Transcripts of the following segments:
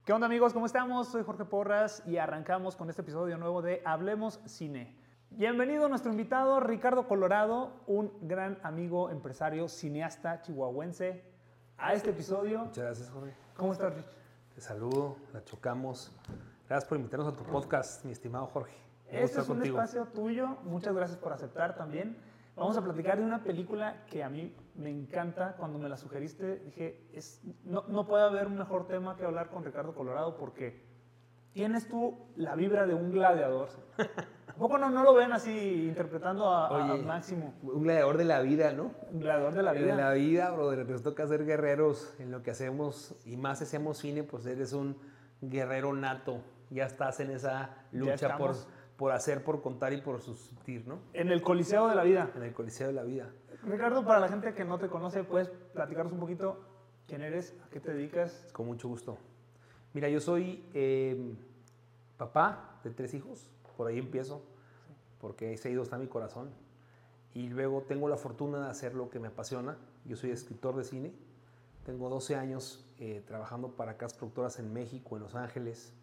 ¿Qué onda, amigos? ¿Cómo estamos? Soy Jorge Porras y arrancamos con este episodio nuevo de Hablemos Cine. Bienvenido a nuestro invitado Ricardo Colorado, un gran amigo, empresario, cineasta chihuahuense, a este episodio. Muchas gracias, Jorge. ¿Cómo estás, Rich? Te saludo, la chocamos. Gracias por invitarnos a tu podcast, mi estimado Jorge. Este es un espacio tuyo. Muchas gracias por aceptar también. Vamos a platicar de una película que a mí me encanta. Cuando me la sugeriste, dije, no puede haber un mejor tema que hablar con Ricardo Colorado porque tienes tú la vibra de un gladiador. ¿A poco no lo ven así interpretando a Máximo? Un gladiador de la vida, ¿no? Un gladiador de la vida. De la vida, brother. Nos toca ser guerreros en lo que hacemos y más si hacemos cine, pues eres un guerrero nato. Ya estás en esa lucha por hacer, por contar y por subsistir, ¿no? En el Coliseo de la Vida. En el Coliseo de la Vida. Ricardo, para la gente que no te conoce, ¿puedes platicarnos un poquito quién eres, a qué te dedicas? Con mucho gusto. Mira, yo soy papá de 3 hijos, por ahí empiezo, porque ese ido está mi corazón. Y luego tengo la fortuna de hacer lo que me apasiona. Yo soy escritor de cine. Tengo 12 años trabajando para casas productoras en México, en Los Ángeles.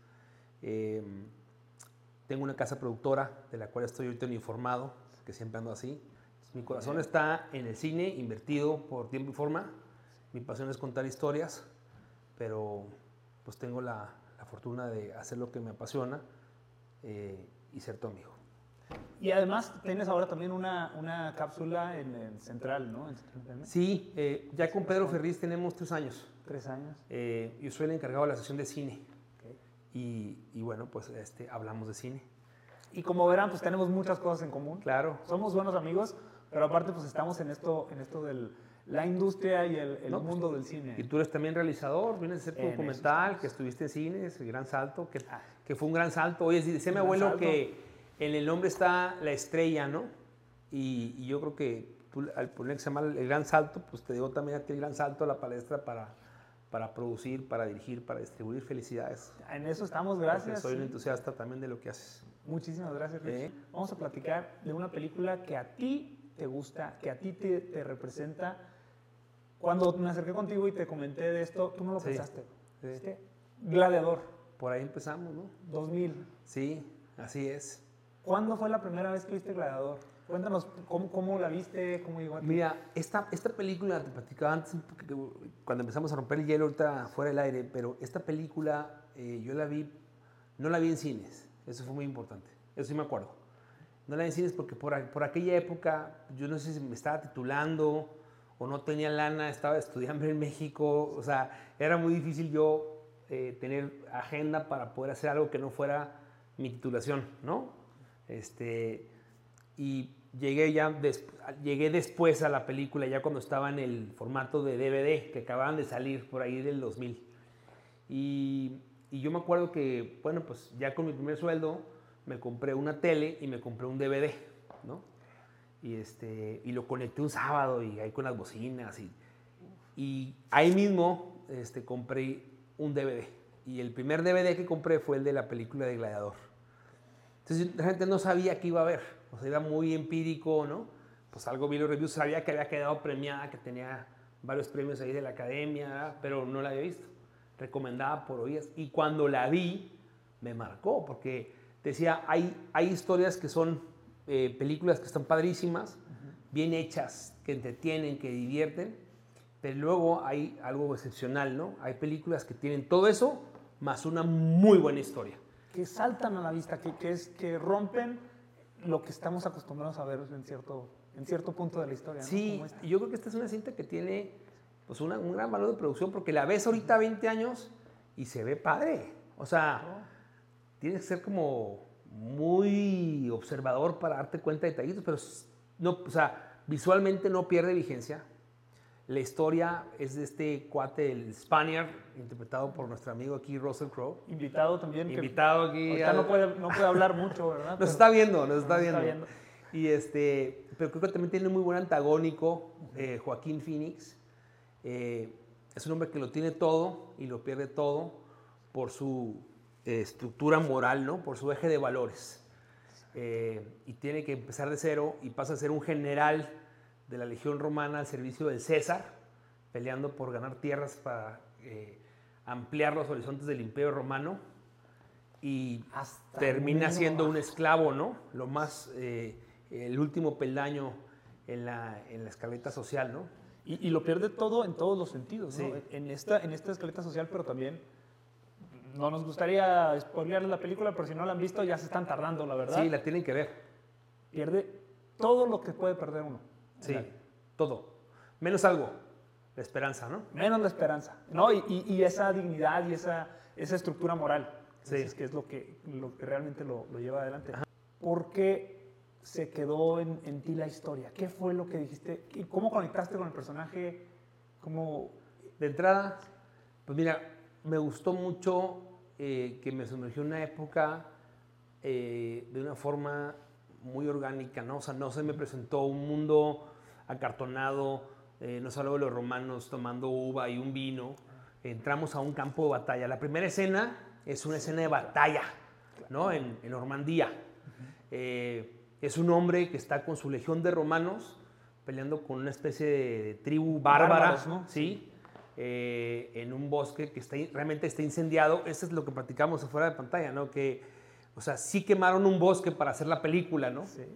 Tengo una casa productora de la cual estoy ahorita informado, que siempre ando así. Mi corazón está en el cine, invertido por tiempo y forma. Mi pasión es contar historias, pero pues tengo la fortuna de hacer lo que me apasiona y ser tu amigo. Y además tienes ahora también una cápsula en el Central, ¿no? Sí, ya con Pedro Ferriz tenemos 3 años. 3 años. Yo soy el encargado de la sección de cine. Y bueno, pues hablamos de cine. Y como verán, pues tenemos muchas cosas en común. Claro. Somos buenos amigos, pero aparte pues estamos en esto de la industria y el mundo del cine. Y tú eres también realizador, vienes a hacer tu documental, que estuviste en cines, El Gran Salto, que fue un gran salto. Oye, decía mi abuelo que en el nombre está la estrella, ¿no? Y yo creo que tú, al poner que se llama El Gran Salto, pues te digo también a ti el gran salto a la palestra para producir, para dirigir, para distribuir. Felicidades. En eso estamos, gracias. Porque soy un entusiasta también de lo que haces. Muchísimas gracias, Rich. Vamos a platicar de una película que a ti te gusta, que a ti te representa. Cuando me acerqué contigo y te comenté de esto, tú no lo pensaste. Sí. Gladiador. Por ahí empezamos, ¿no? 2000. Sí, así es. ¿Cuándo fue la primera vez que viste Gladiador? Cuéntanos cómo la viste, cómo llegó a ti. Mira, esta película, te platicaba antes, cuando empezamos a romper el hielo, ahorita fuera del aire, pero esta película yo no la vi en cines, eso fue muy importante, eso sí me acuerdo. No la vi en cines porque por aquella época, yo no sé si me estaba titulando o no tenía lana, estaba estudiando en México, o sea, era muy difícil yo tener agenda para poder hacer algo que no fuera mi titulación, ¿no? Y llegué después a la película, ya cuando estaba en el formato de DVD, que acababan de salir por ahí del 2000. Y yo me acuerdo que, bueno, pues ya con mi primer sueldo me compré una tele y me compré un DVD, ¿no? Y lo conecté un sábado y ahí con las bocinas. Y ahí mismo compré un DVD. Y el primer DVD que compré fue el de la película de Gladiador. Entonces la gente no sabía qué iba a ver, o sea, era muy empírico, ¿no? Pues algo vi los reviews, sabía que había quedado premiada, que tenía varios premios ahí de la academia, ¿verdad? Pero no la había visto, recomendada por oídas. Y cuando la vi, me marcó, porque decía, hay historias que son películas que están padrísimas, bien hechas, que entretienen, que divierten, pero luego hay algo excepcional, ¿no? Hay películas que tienen todo eso, más una muy buena historia. Que saltan a la vista, que rompen lo que estamos acostumbrados a ver en cierto punto de la historia, ¿no? Sí, yo creo que esta es una cinta que tiene pues, un gran valor de producción, porque la ves ahorita a 20 años y se ve padre. O sea, tienes que ser como muy observador para darte cuenta de detallitos, pero no, o sea, visualmente no pierde vigencia. La historia es de este cuate, el Spaniard, interpretado por nuestro amigo aquí, Russell Crowe. Invitado también. Invitado aquí. No puede hablar mucho, ¿verdad? Nos está viendo. Pero creo que también tiene un muy buen antagónico, Joaquín Phoenix. Es un hombre que lo tiene todo y lo pierde todo por su estructura moral, ¿no? Por su eje de valores. Y tiene que empezar de cero y pasa a ser un general de la Legión Romana al servicio del César, peleando por ganar tierras para ampliar los horizontes del Imperio Romano y Hasta termina el siendo último. un esclavo, ¿no? Lo más, el último peldaño en la escaleta social, ¿no? Y lo pierde todo en todos los sentidos, ¿no? Sí. En esta escaleta social, pero también no nos gustaría spoilearles la película, pero si no la han visto ya se están tardando, la verdad. Sí, la tienen que ver. Pierde todo lo que puede perder uno. Sí, todo. Menos algo, la esperanza, ¿no? Menos la esperanza, ¿no? Y esa dignidad y esa estructura moral, Sí. es que es lo que realmente lo lleva adelante. ¿Por qué se quedó en ti la historia? ¿Qué fue lo que dijiste? ¿Y cómo conectaste con el personaje? ¿Cómo...? De entrada, pues mira, me gustó mucho que me sumergió en una época de una forma muy orgánica, ¿no? O sea, no se me presentó un mundo acartonado, no solo de los romanos tomando uva y un vino. Entramos a un campo de batalla. La primera escena es una escena de batalla, ¿no? En Normandía. Es un hombre que está con su legión de romanos peleando con una especie de tribu bárbara, Bárbaros, ¿no? ¿sí? En un bosque que realmente está incendiado. Eso es lo que platicamos afuera de pantalla, ¿no? Que, o sea, sí quemaron un bosque para hacer la película, ¿no? Sí.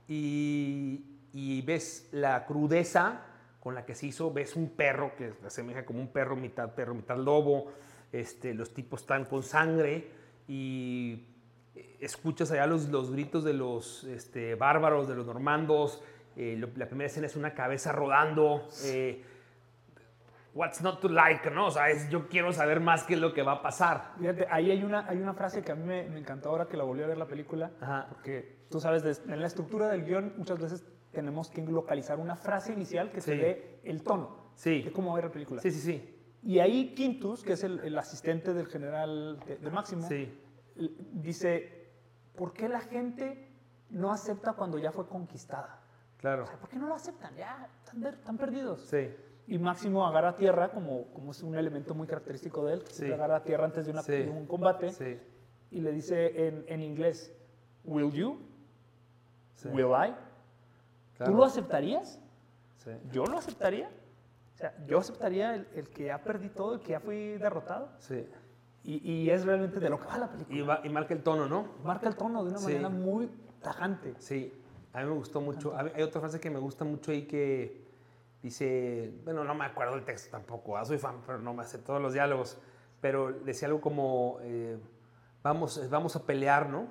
Y ves la crudeza con la que se hizo, ves un perro que se asemeja como un perro, mitad lobo, los tipos están con sangre y escuchas allá los gritos de los bárbaros, de los normandos. La primera escena es una cabeza rodando. What's not to like, ¿no? O sea, yo quiero saber más qué es lo que va a pasar. Fíjate, ahí hay una frase que a mí me encantó ahora que la volví a ver la película, Ajá. porque tú sabes, en la estructura del guión muchas veces tenemos que localizar una frase inicial que te Sí. dé el tono Sí. de cómo va a ver la película. Sí, sí, sí. Y ahí Quintus, que es el asistente del general de Máximo, Sí. dice, ¿por qué la gente no acepta cuando ya fue conquistada? Claro. O sea, ¿por qué no lo aceptan? Ya están perdidos. Sí. Y Máximo agarra tierra, como es un elemento muy característico de él, que siempre Sí. agarra tierra antes de Sí. de un combate, Sí. y le dice en inglés, ¿Will you? Sí. ¿Will I? Claro. ¿Tú lo aceptarías? Sí. ¿Yo lo aceptaría? O sea, yo aceptaría el que ya perdí todo, el que ya fui derrotado. Sí. Y es realmente de lo que va la película. Y marca el tono, ¿no? Marca el tono de una Sí. manera muy tajante. Sí, a mí me gustó mucho. Hay otra frase que me gusta mucho ahí que dice, bueno, no me acuerdo el texto tampoco, soy fan, pero no me sé todos los diálogos, pero decía algo como, vamos a pelear, ¿no?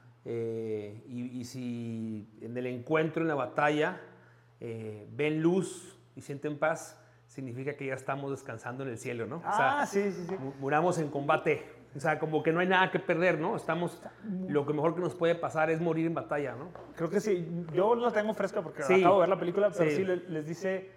Y si en el encuentro, en la batalla, ven luz y sienten paz, significa que ya estamos descansando en el cielo, ¿no? Sí. Muramos en combate. O sea, como que no hay nada que perder, ¿no? Lo que mejor que nos puede pasar es morir en batalla, ¿no? Creo que sí. Yo la tengo fresca porque Sí. acabo de ver la película, pero Sí. sí les dice,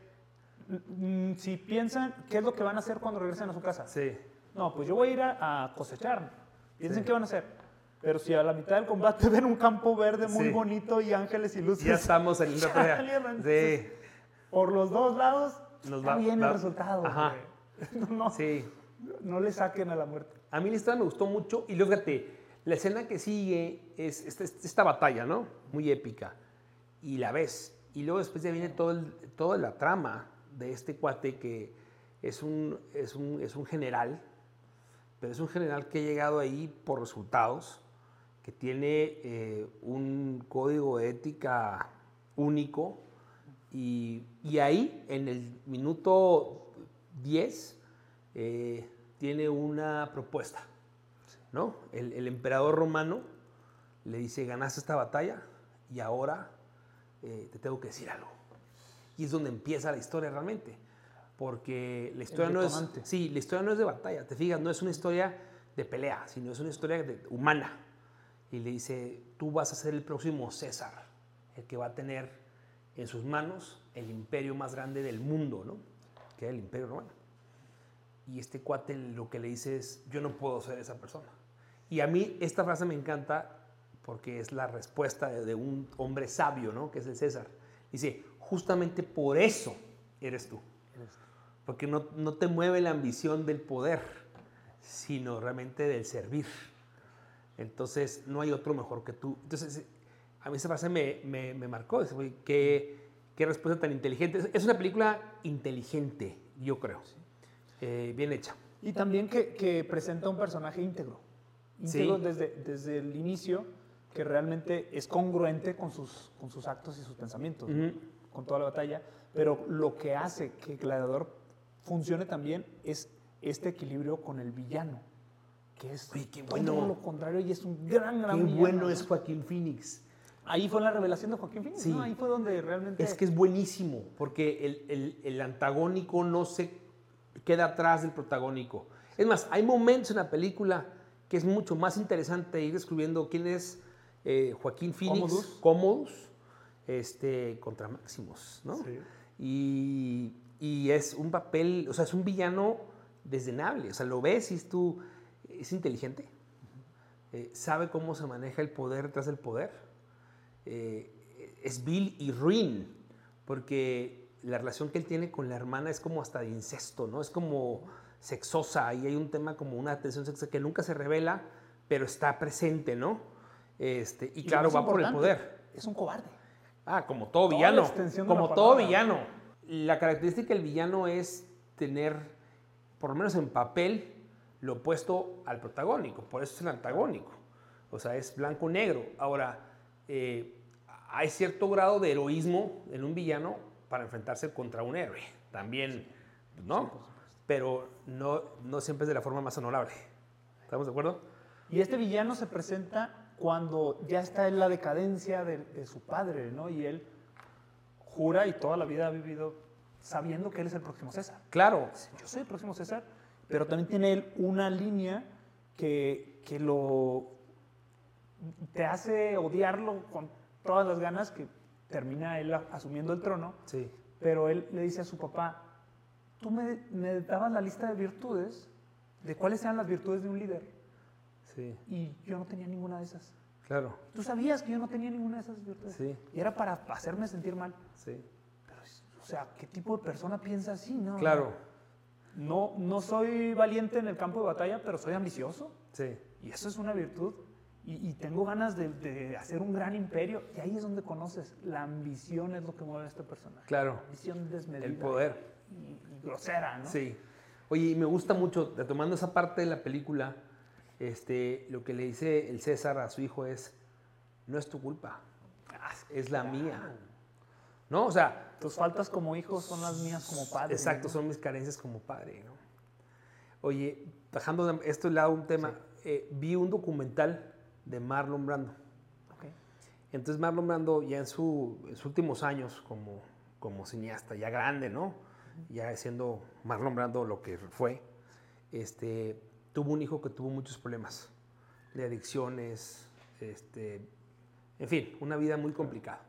si piensan, ¿qué es lo que van a hacer cuando regresen a su casa? Sí, No, pues yo voy a ir a cosechar. Piensen Sí. qué van a hacer. Pero si a la mitad del combate ven un campo verde muy Sí. bonito y ángeles y luces, ya estamos en la Ya batalla. salieron, Sí, entonces, por los dos lados Nos está va- bien va- el resultado. Ajá. güey. No, sí. no le saquen a la muerte. A mí la historia me gustó mucho y luego fíjate, la escena que sigue es esta batalla, ¿no? Muy épica. Y la ves. Y luego después ya viene toda la trama de este cuate que es un general, pero es un general que ha llegado ahí por resultados, que tiene un código de ética único y ahí en el minuto 10 tiene una propuesta, ¿no? El emperador romano le dice, ganaste esta batalla y ahora te tengo que decir algo. Y es donde empieza la historia realmente, porque la historia no es, detonante. sí, la historia no es de batalla, te fijas, no es una historia de pelea, sino es una historia humana. Y le dice, tú vas a ser el próximo César, el que va a tener en sus manos el imperio más grande del mundo, ¿no? Que es el Imperio Romano. Y este cuate lo que le dice es, yo no puedo ser esa persona. Y a mí esta frase me encanta porque es la respuesta de un hombre sabio, ¿no? Que es el César. Dice, justamente por eso eres tú. Porque no te mueve la ambición del poder, sino realmente del servir. Entonces, no hay otro mejor que tú. Entonces, a mí esa frase me marcó. Dice, "Oye, qué respuesta tan inteligente". Es una película inteligente, yo creo. Bien hecha. Y también que presenta un personaje íntegro. Íntegro desde el inicio, que realmente es congruente con sus actos y sus pensamientos, ¿no? Con toda la batalla. Pero lo que hace que Gladiador funcione también es este equilibrio con el villano, que es todo lo contrario y es un gran Qué villano, bueno, ¿no? es Joaquín Phoenix. Ahí fue la revelación de Joaquín Phoenix, Sí. ¿no? Ahí fue donde realmente... Es que es buenísimo, porque el antagónico no se queda atrás del protagónico. Es más, hay momentos en la película que es mucho más interesante ir descubriendo quién es Joaquín Phoenix, Commodus, contra Maximus, ¿no? Sí. Y es un papel, o sea, es un villano desdenable. O sea, lo ves y es inteligente, sabe cómo se maneja el poder detrás del poder. Es vil y ruin, porque la relación que él tiene con la hermana es como hasta de incesto, ¿no? Es como sexosa y hay un tema como una tensión sexual que nunca se revela, pero está presente, ¿no? Y claro, va por el poder. Es un cobarde. Como todo Toda villano. la extensión de Como la todo palabra. villano. La característica del villano es tener, por lo menos en papel, lo opuesto al protagónico. Por eso es el antagónico. O sea, es blanco-negro. Ahora, hay cierto grado de heroísmo en un villano para enfrentarse contra un héroe. También, ¿no? Sí, pero no siempre es de la forma más honorable. ¿Estamos de acuerdo? Y este villano se presenta cuando ya está en la decadencia de su padre, ¿no? Y él jura y toda la vida ha vivido sabiendo que él es el próximo César. Claro. Yo soy el próximo César, pero también tiene él una línea que te hace odiarlo con todas las ganas, que termina él asumiendo el trono. Sí. Pero él le dice a su papá, tú me dabas la lista de virtudes, de cuáles eran las virtudes de un líder. Sí. Y yo no tenía ninguna de esas. Claro. Tú sabías que yo no tenía ninguna de esas virtudes. Sí. Y era para hacerme sentir mal. Sí. Pero, o sea, ¿qué tipo de persona piensa así, no? Claro. No soy valiente en el campo de batalla, pero soy ambicioso. Sí. Y eso es una virtud. Y tengo ganas de hacer un gran imperio. Y ahí es donde conoces. La ambición es lo que mueve a este personaje. Claro. La ambición desmedida. El poder. Y grosera, ¿no? Sí. Oye, y me gusta mucho, retomando esa parte de la película, lo que le dice el César a su hijo es, no es tu culpa, es la mía. ¿No? O sea... Tus faltas como hijo son las mías como padre. Exacto, ¿no? Son mis carencias como padre, ¿no? Oye, dejando esto de lado un tema, vi un documental de Marlon Brando. Okay. Entonces Marlon Brando ya en sus últimos años como cineasta, ya grande, ¿no? Ya siendo Marlon Brando lo que fue, tuvo un hijo que tuvo muchos problemas de adicciones, en fin, una vida muy complicada.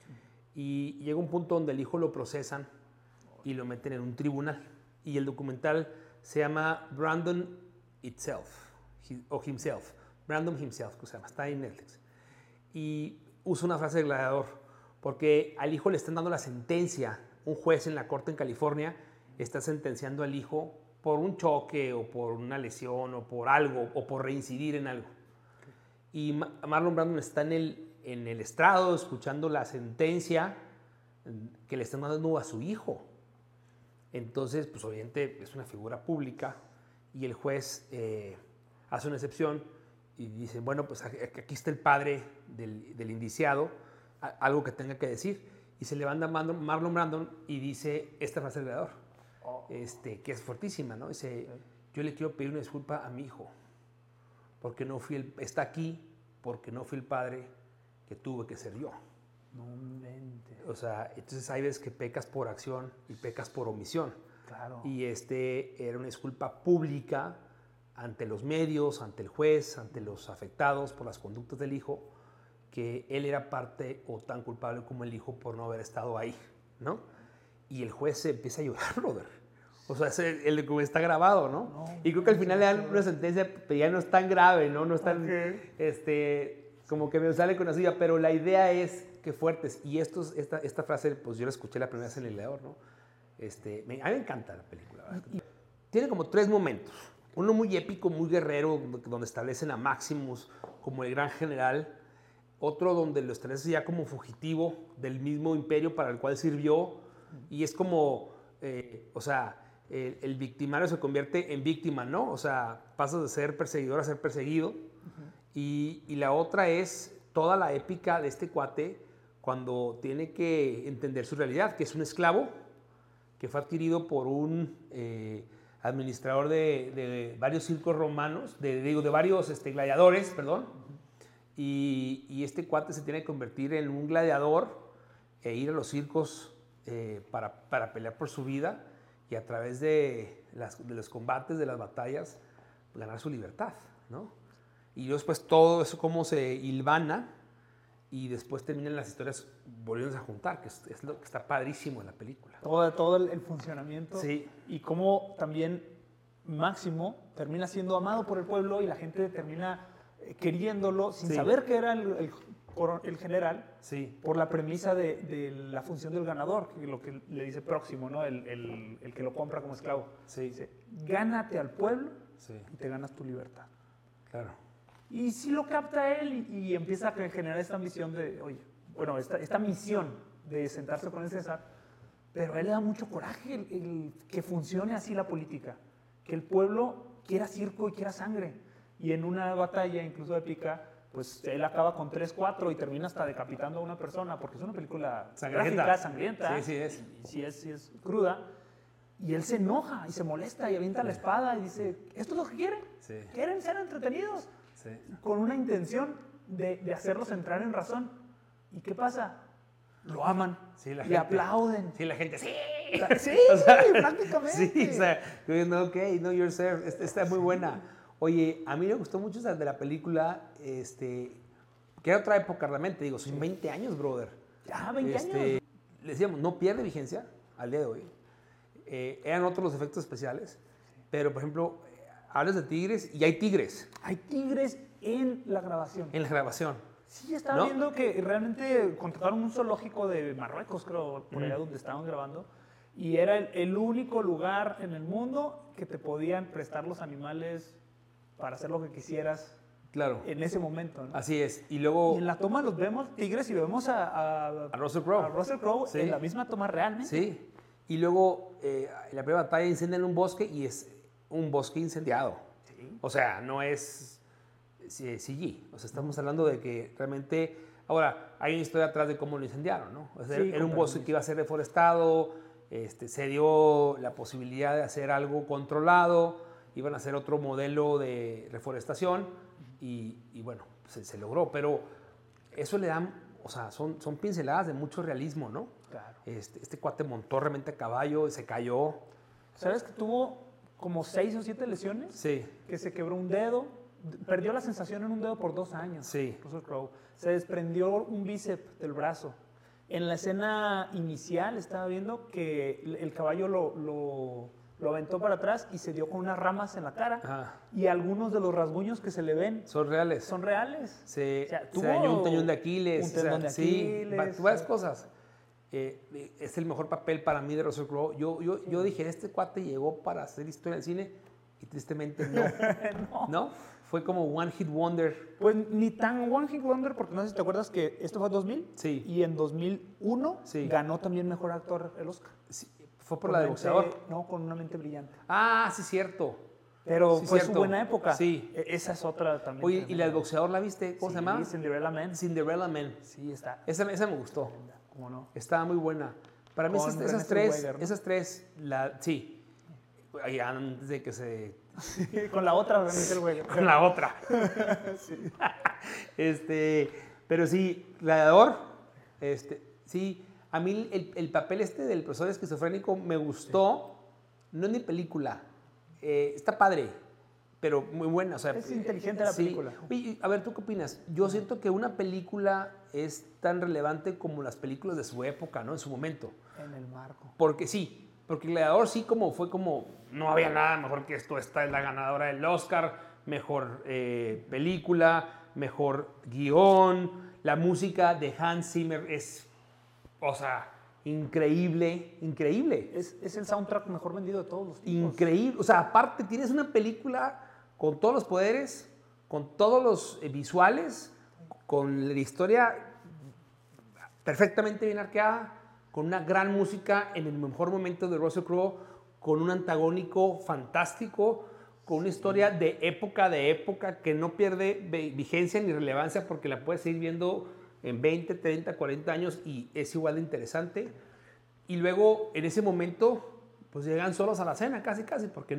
Y llega un punto donde el hijo lo procesan y lo meten en un tribunal. Y el documental se llama Brandon Itself, o Himself, Brandon Himself, que se llama, está en Netflix. Y usa una frase de Gladiador, porque al hijo le están dando la sentencia. Un juez en la corte en California está sentenciando al hijo por un choque o por una lesión o por algo o por reincidir en algo. Y Marlon Brando está en el estrado escuchando la sentencia que le están dando a su hijo. Entonces, pues obviamente es una figura pública y el juez hace una excepción y dice, bueno, pues aquí está el padre del indiciado, algo que tenga que decir. Y se levanta Marlon Brando y dice esta frase del Gladiador, que es fuertísima, ¿no? Dice, yo le quiero pedir una disculpa a mi hijo, porque está aquí porque no fui el padre que tuve que ser yo. No mente. O sea, entonces hay veces que pecas por acción y pecas por omisión. Claro. Y era una disculpa pública ante los medios, ante el juez, ante los afectados por las conductas del hijo, que él era parte o tan culpable como el hijo por no haber estado ahí, ¿no? Y el juez se empieza a llorar, brother. O sea, el documento está grabado, ¿no? Y creo que al final le dan una sentencia, pero ya no es tan grave, ¿no? No es tan, como que me sale con la suya, pero la idea es que fuertes. Y esta frase, pues yo la escuché la primera vez en El Gladiador, ¿no? A mí me encanta la película, ¿verdad? Tiene como 3 momentos. Uno muy épico, muy guerrero, donde establecen a Maximus como el gran general. Otro donde lo establece ya como fugitivo del mismo imperio para el cual sirvió. Y es como, el victimario se convierte en víctima, ¿no? O sea, pasas de ser perseguidor a ser perseguido. Y la otra es toda la épica de este cuate cuando tiene que entender su realidad, que es un esclavo que fue adquirido por un administrador de varios circos romanos, de varios gladiadores, perdón. Y este cuate se tiene que convertir en un gladiador e ir a los circos para pelear por su vida y a través de los combates, de las batallas, ganar su libertad, ¿no? Y después todo eso cómo se hilvana y después terminan las historias volviéndose a juntar, que es lo que está padrísimo en la película. Todo el funcionamiento. Sí. Y cómo también Máximo termina siendo amado por el pueblo y la gente termina queriéndolo sin saber que era el general, por la premisa de la función del ganador, que lo que le dice Próximo, ¿no? El que lo compra como esclavo. Dice, gánate al pueblo y te ganas tu libertad. Claro. Y sí lo capta él y empieza a generar esta ambición de, oye, bueno, esta misión de sentarse con el César, pero a él le da mucho coraje el que funcione así la política, que el pueblo quiera circo y quiera sangre. Y en una batalla, incluso épica, pues él acaba con 3-4 y termina hasta decapitando a una persona, porque es una película gráfica, sangrienta. Sí es. Sí es cruda. Y él se enoja y se molesta y avienta la espada y dice, ¿esto es lo que quieren? ¿Quieren ser entretenidos? Con una intención de hacerlos entrar en razón. ¿Y qué pasa? Lo aman, le aplauden. Sí, la gente, ¡sí! Sí, o sea, prácticamente. Sí, o sea, ok, no, you're served. Está muy buena. Oye, a mí me gustó mucho de la película, que era otra época realmente, digo, son 20 años, brother. Ya, 20 años. Le decíamos, no pierde vigencia al día de hoy. Eran otros los efectos especiales, pero, por ejemplo, hablas de tigres y hay tigres. Hay tigres en la grabación. En la grabación. Sí, estaba viendo que realmente contrataron un zoológico de Marruecos, creo, por allá donde estaban grabando, y era el único lugar en el mundo que te podían prestar los animales para hacer lo que quisieras en ese momento, ¿no? Así es. Y luego... Y en la toma los vemos tigres y vemos a Russell Crowe. A Russell Crowe en la misma toma realmente. Sí. Y luego en la primera batalla incendian un bosque y es un bosque incendiado. Sí. O sea, no es CG. O sea, estamos hablando de que realmente... Ahora, hay una historia atrás de cómo lo incendiaron, ¿no? O sea, era un bosque que iba a ser deforestado, se dio la posibilidad de hacer algo controlado, iban a hacer otro modelo de reforestación y bueno, se logró. Pero eso le dan, o sea, son pinceladas de mucho realismo, ¿no? Claro. Este cuate montó realmente a caballo, se cayó. ¿Sabes que tuvo como 6 o 7 lesiones? Sí. Que se quebró un dedo, perdió la sensación en un dedo por 2 años. Sí. Russell Crowe. Se desprendió un bíceps del brazo. En la escena inicial estaba viendo que el caballo lo aventó para atrás y se dio con unas ramas en la cara. Ajá. Y algunos de los rasguños que se le ven son reales. Son reales. Se dañó un teñón de Aquiles. Un tendón de Aquiles. Sí, varias cosas. Es el mejor papel para mí de Russell Crowe. Yo dije, este cuate llegó para hacer historia del cine y tristemente no. ¿No? Fue como One Hit Wonder. Pues ni tan One Hit Wonder, porque no sé si te acuerdas que esto fue 2000. Sí. Y en 2001 ganó también Mejor Actor el Oscar. Sí. ¿Fue por la de boxeador? No, con Una mente brillante. Ah, sí, cierto. Pero fue su buena época. Sí. Esa es otra también. Oye, ¿y la del boxeador la viste? ¿Cómo se llama? Cinderella Man. Cinderella Man. Sí, está. Esa me gustó. ¿Cómo no? Estaba muy buena. Para mí esas tres, sí. Antes de que se... con la otra, René Zellweger. Con la otra. Sí. Pero sí, Gladiador, sí, a mí el papel del profesor esquizofrénico me gustó, no es mi película, está padre, pero muy buena. O sea, es inteligente la película. Oye, a ver, ¿tú qué opinas? Yo siento que una película es tan relevante como las películas de su época, ¿no? En su momento. En el marco. Porque Gladiador sí fue como, no había nada mejor que esto, esta es la ganadora del Oscar, mejor película, mejor guión, la música de Hans Zimmer es, o sea, increíble. Es el soundtrack mejor vendido de todos los tiempos. Increíble, o sea, aparte tienes una película con todos los poderes, con todos los visuales, con la historia perfectamente bien arqueada, con una gran música en el mejor momento de Russell Crowe, con un antagónico fantástico, con una historia de época que no pierde vigencia ni relevancia porque la puedes seguir viendo en 20, 30, 40 años y es igual de interesante. Y luego, en ese momento, pues llegan solos a la cena, casi, porque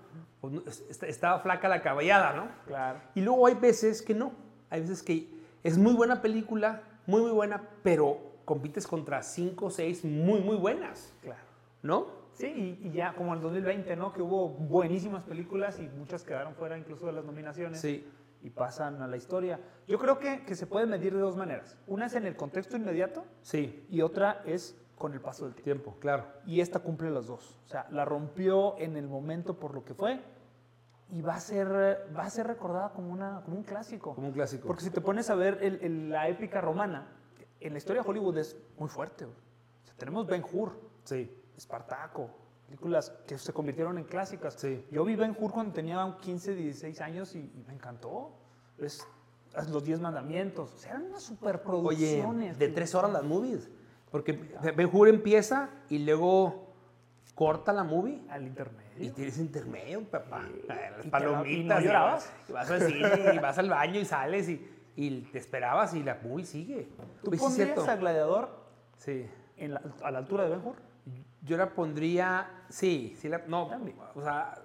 estaba flaca la caballada, ¿no? Claro. Y luego hay veces que no. Hay veces que es muy buena película, muy buena, pero compites contra 5 o 6 muy buenas. Claro. ¿No? Sí, y ya como el 2020, ¿no? Que hubo buenísimas películas y muchas quedaron fuera incluso de las nominaciones. Sí. Y pasan a la historia. Yo creo que se puede medir de dos maneras. Una es en el contexto inmediato. Sí. Y otra es con el paso del tiempo. Claro. Y esta cumple las dos. O sea, la rompió en el momento por lo que fue y va a ser recordada como un clásico. Como un clásico. Porque si te pones a ver la épica romana, en la historia de Hollywood es muy fuerte. O sea, tenemos Ben-Hur. Sí. Espartaco, películas que se convirtieron en clásicas. Sí. Yo vi Ben-Hur cuando tenía 15, 16 años y me encantó. Es Los 10 Mandamientos. O sea, eran unas superproducciones. Oye, de 3 horas las movies. Porque Ben-Hur empieza y luego corta la movie. Al intermedio. Y tienes intermedio, papá. Las ¿Y palomitas. no llorabas? Y vas al cine, y vas al baño y sales y te esperabas y la movie sigue. ¿Tú Oye, sí, pondrías cierto. a Gladiador Sí. a la altura de Ben-Hur? Yo la pondría, no, También. o sea,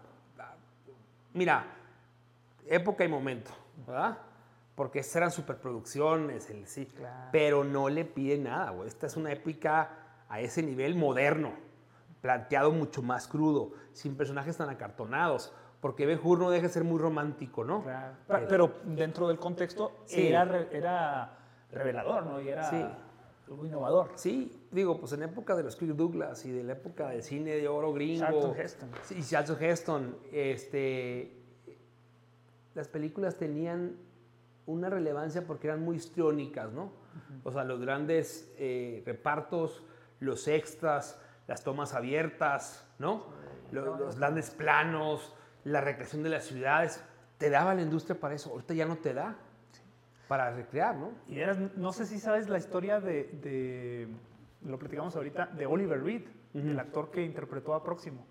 mira, época y momento, ¿verdad? Porque estas eran superproducciones, sí, Claro. pero no le pide nada, güey. Esta es una épica a ese nivel moderno, planteado mucho más crudo, sin personajes tan acartonados, porque Ben-Hur no deja de ser muy romántico, ¿no? Claro. Pero dentro del contexto Sí. era revelador, ¿no? Y era Sí. algo innovador. Sí, digo, pues en época de los Kirk Douglas y de la época del cine de oro gringo. Charlton Heston. Sí, Charlton Heston. Las películas tenían una relevancia porque eran muy histriónicas, ¿no? O sea, los grandes repartos, los extras, las tomas abiertas, ¿no? Los grandes planos, la recreación de las ciudades. Te daba la industria para eso. Ahorita ya no te da para recrear, ¿no? Y no sé si sabes la historia lo platicamos ahorita, de Oliver Reed, el actor que interpretó a Próximo.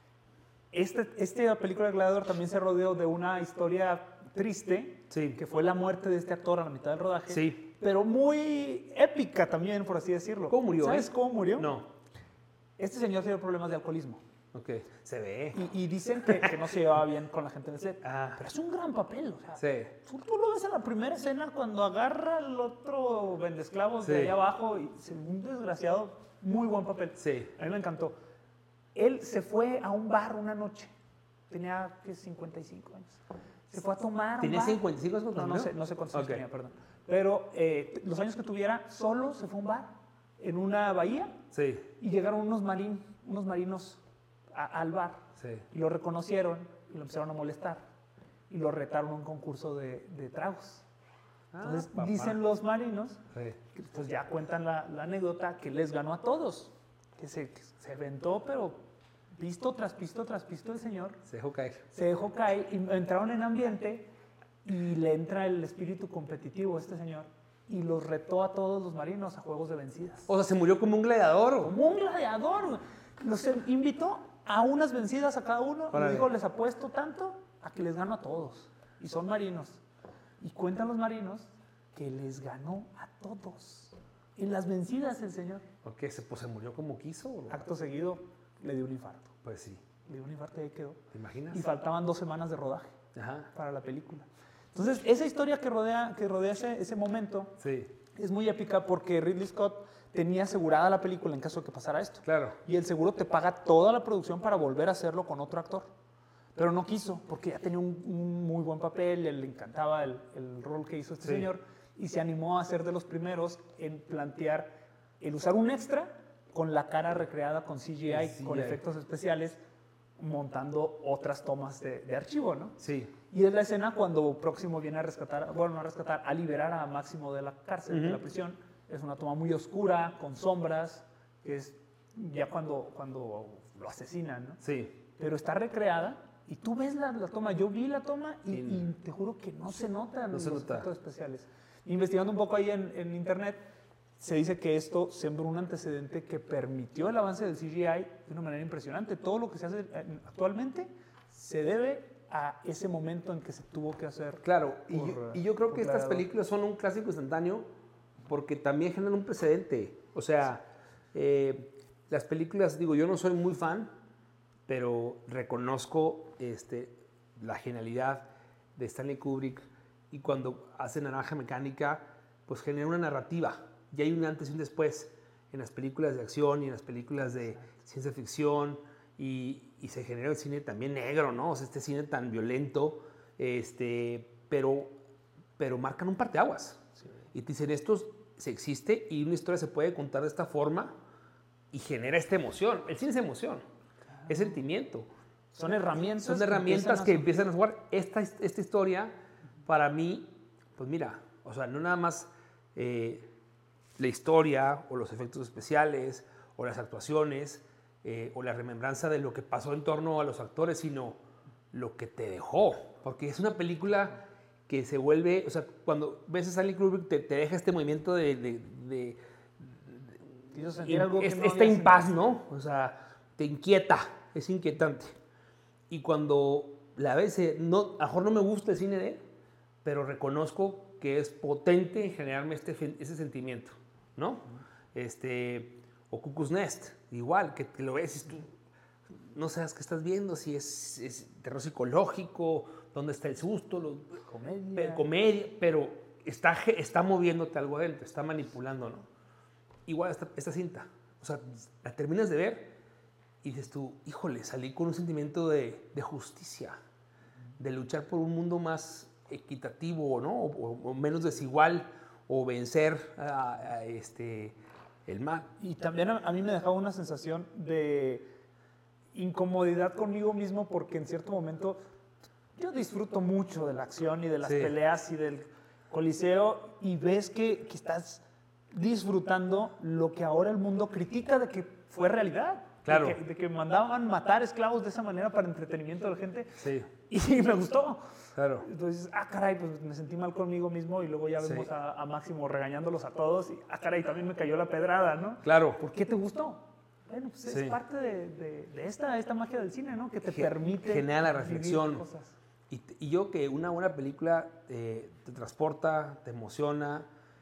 Esta película de Gladiador también se rodeó de una historia triste, Sí. que fue la muerte de este actor a la mitad del rodaje, Sí. pero muy épica también, por así decirlo. ¿Cómo murió? ¿Sabes cómo murió? No. Este señor tiene problemas de alcoholismo. Ok. Se ve. Y dicen que no se llevaba bien con la gente en el set. Ah. Pero es un gran papel, o sea. Sí. Tú lo ves en la primera escena cuando agarra al otro vendesclavos de Sí. ahí abajo y un desgraciado, muy buen papel. Sí. A mí me encantó. Él se fue a un bar una noche. Tenía 55 años. Se fue a tomar. ¿Tenía 55 años? No sé cuántos años Ok. tenía, perdón. Pero los años que tuviera, solo se fue a un bar en una bahía Sí. y llegaron unos marinos al bar. Sí. Y lo reconocieron y lo empezaron a molestar. Y lo retaron a un concurso de tragos. Entonces papá. dicen los marinos, Sí. que, pues ya cuentan la anécdota, que les ganó a todos. Que se aventó, pero pisto tras pisto tras pisto el señor. Se dejó caer. Se dejó caer y entraron en ambiente y le entra el espíritu competitivo a este señor. Y los retó a todos los marinos a juegos de vencidas. O sea, se murió como un gladiador. Como un gladiador. Los invitó a unas vencidas a cada uno. Órale. Y dijo, les apuesto tanto a que les gano a todos. Y son marinos. Y cuentan los marinos que les ganó a todos. En las vencidas el señor. ¿Por qué? Pues se murió como quiso. ¿O? Acto seguido le dio un infarto. Pues sí. Le dio un infarto y ahí quedó. ¿Te imaginas? Y faltaban 2 semanas de rodaje Ajá. para la película. Entonces, esa historia que rodea ese momento Sí. es muy épica porque Ridley Scott tenía asegurada la película en caso de que pasara esto. Claro. Y el seguro te paga toda la producción para volver a hacerlo con otro actor. Pero no quiso, porque ya tenía un muy buen papel, le encantaba el rol que hizo este Sí. señor, y se animó a ser de los primeros en plantear el usar un extra con la cara recreada con CGI, Sí, con efectos especiales, montando otras tomas de archivo, ¿no? Sí. Y es la escena cuando Próximo viene a rescatar, bueno, no a rescatar, a liberar a Máximo de la cárcel, de la prisión. Es una toma muy oscura, con sombras, que es ya cuando lo asesinan, ¿no? Sí. Pero está recreada y tú ves la toma. Yo vi la toma y te juro que no se notan No se los nota. efectos especiales. Investigando un poco ahí en internet, se dice que esto sembró un antecedente que permitió el avance del CGI de una manera impresionante. Todo lo que se hace actualmente se debe a ese momento en que se tuvo que hacer. Claro, y yo creo que estas películas son un clásico instantáneo porque también generan un precedente. O sea, las películas, digo, yo no soy muy fan, pero reconozco la genialidad de Stanley Kubrick, y cuando hace Naranja Mecánica, pues genera una narrativa. Y hay un antes y un después en las películas de acción y en las películas de ciencia ficción, y se genera el cine también negro, ¿no? O sea, este cine tan violento, pero marcan un parteaguas. Sí. Y te dicen, esto se existe y una historia se puede contar de esta forma y genera esta emoción. El cine es emoción, claro. Es sentimiento. Son herramientas. Son herramientas que empiezan a jugar. Esta historia, para mí, pues mira, o sea, no nada más la historia o los efectos especiales o las actuaciones o la remembranza de lo que pasó en torno a los actores, sino lo que te dejó. Porque es una película que se vuelve, o sea, cuando ves a Stanley Kubrick te deja este movimiento esta impas, ¿no? O sea, te inquieta, es inquietante. Y cuando la ves, a lo mejor no me gusta el cine de él, pero reconozco que es potente en generarme ese sentimiento, ¿no? O Cuckoo's Nest, igual, que lo ves y tú no sabes qué estás viendo, si es terror psicológico, dónde está el susto, comedia, pero está moviéndote algo adentro, está manipulando, ¿no? Igual esta cinta, o sea, la terminas de ver y dices tú, híjole, salí con un sentimiento de justicia, de luchar por un mundo más equitativo, ¿no? O menos desigual, o vencer el mal. Y también a mí me dejaba una sensación de incomodidad conmigo mismo, porque en cierto momento yo disfruto mucho de la acción y de las peleas y del coliseo, y ves que estás disfrutando lo que ahora el mundo critica de que fue realidad. Claro. De que mandaban matar esclavos de esa manera para entretenimiento de la gente. Sí. Y me gustó. Claro. Entonces, caray, pues me sentí mal conmigo mismo, y luego ya vemos a Máximo regañándolos a todos y, caray, también me cayó la pedrada, ¿no? Claro. ¿Por qué te gustó? Bueno, pues es parte de esta magia del cine, ¿no? Que te permite genera la reflexión. Cosas. Y yo que una buena película te transporta, te emociona,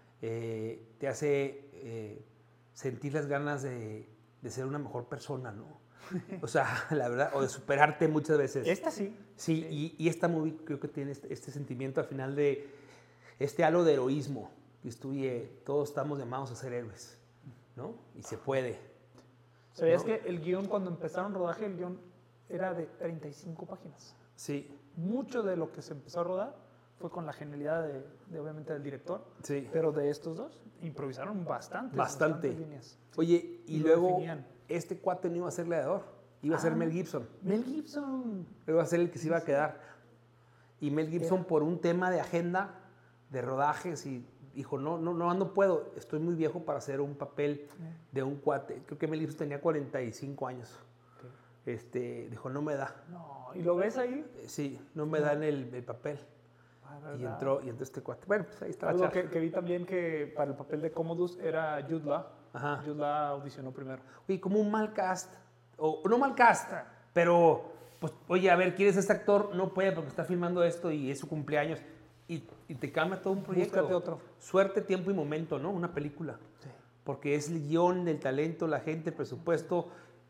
te hace sentir las ganas de ser una mejor persona, ¿no? O sea, la verdad, o de superarte muchas veces. Esta sí. Sí. Y esta movie creo que tiene este sentimiento al final de este halo de heroísmo. Y todos estamos llamados a ser héroes, ¿no? Y se puede. ¿Sabías que el guión, cuando empezaron rodaje, el guión era de 35 páginas? Sí. Mucho de lo que se empezó a rodar fue con la genialidad obviamente del director. Sí. Pero de estos dos improvisaron bastante líneas. Oye, y luego este cuate no iba a ser gladiador, iba a ser Mel Gibson. Mel Gibson. Iba a ser el que se iba a quedar. Y Mel Gibson, por un tema de agenda, de rodajes, y dijo, no puedo, estoy muy viejo para hacer un papel de un cuate. Creo que Mel Gibson tenía 45 años. Okay. Dijo, no me da. No, ¿y lo ves ahí? Sí, no me da en el papel. Y entró este cuate. Bueno, pues ahí está. Algo que vi también, que para el papel de Commodus era Jude Law. Ajá. Jude Law audicionó primero. Oye, como un mal cast. O no mal cast, pero, pues, oye, a ver, ¿quieres este actor? No puede porque está filmando esto y es su cumpleaños. Y te cambia todo un proyecto. Búscate otro. Suerte, tiempo y momento, ¿no? Una película. Sí. Porque es el guión, el talento, la gente, el presupuesto.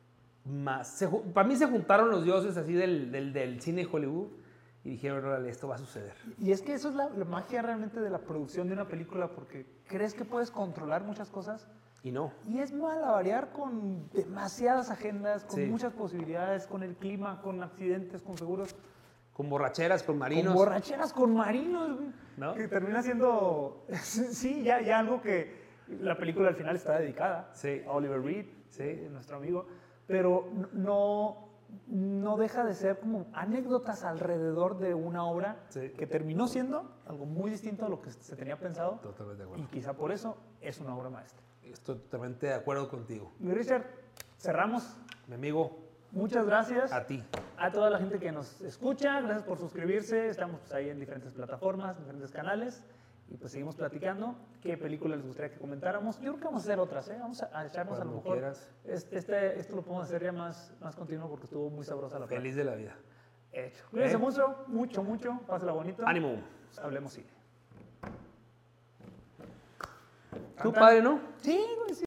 Para mí se juntaron los dioses así del cine de Hollywood. Y dijeron, órale, esto va a suceder. Y es que eso es la magia realmente de la producción de una película, porque crees que puedes controlar muchas cosas. Y no. Y es malabarear con demasiadas agendas, con muchas posibilidades, con el clima, con accidentes, con seguros. Con borracheras, con marinos. Con borracheras, con marinos, ¿no? Que termina siendo, sí, ya algo que la película al final está dedicada a Oliver Reed, nuestro amigo, pero no deja de ser como anécdotas alrededor de una obra que terminó siendo algo muy distinto a lo que se tenía pensado. Totalmente de acuerdo. Y quizá por eso es una obra maestra. Estoy totalmente de acuerdo contigo. Mi Richard, cerramos. Mi amigo. Muchas gracias. A ti. A toda la gente que nos escucha, gracias por suscribirse. Estamos ahí en diferentes plataformas, diferentes canales. y pues seguimos platicando. ¿Qué película les gustaría que comentáramos? Yo creo que vamos a hacer otras, ¿eh? Vamos a echarnos a lo Cuando mejor. quieras. Esto lo podemos hacer ya más continuo porque estuvo muy sabrosa la Feliz de la vida. Hecho. Cuídense mucho. Pásala bonito. Ánimo. Hablemos cine. Tú, padre, ¿no? Sí, güey, sí.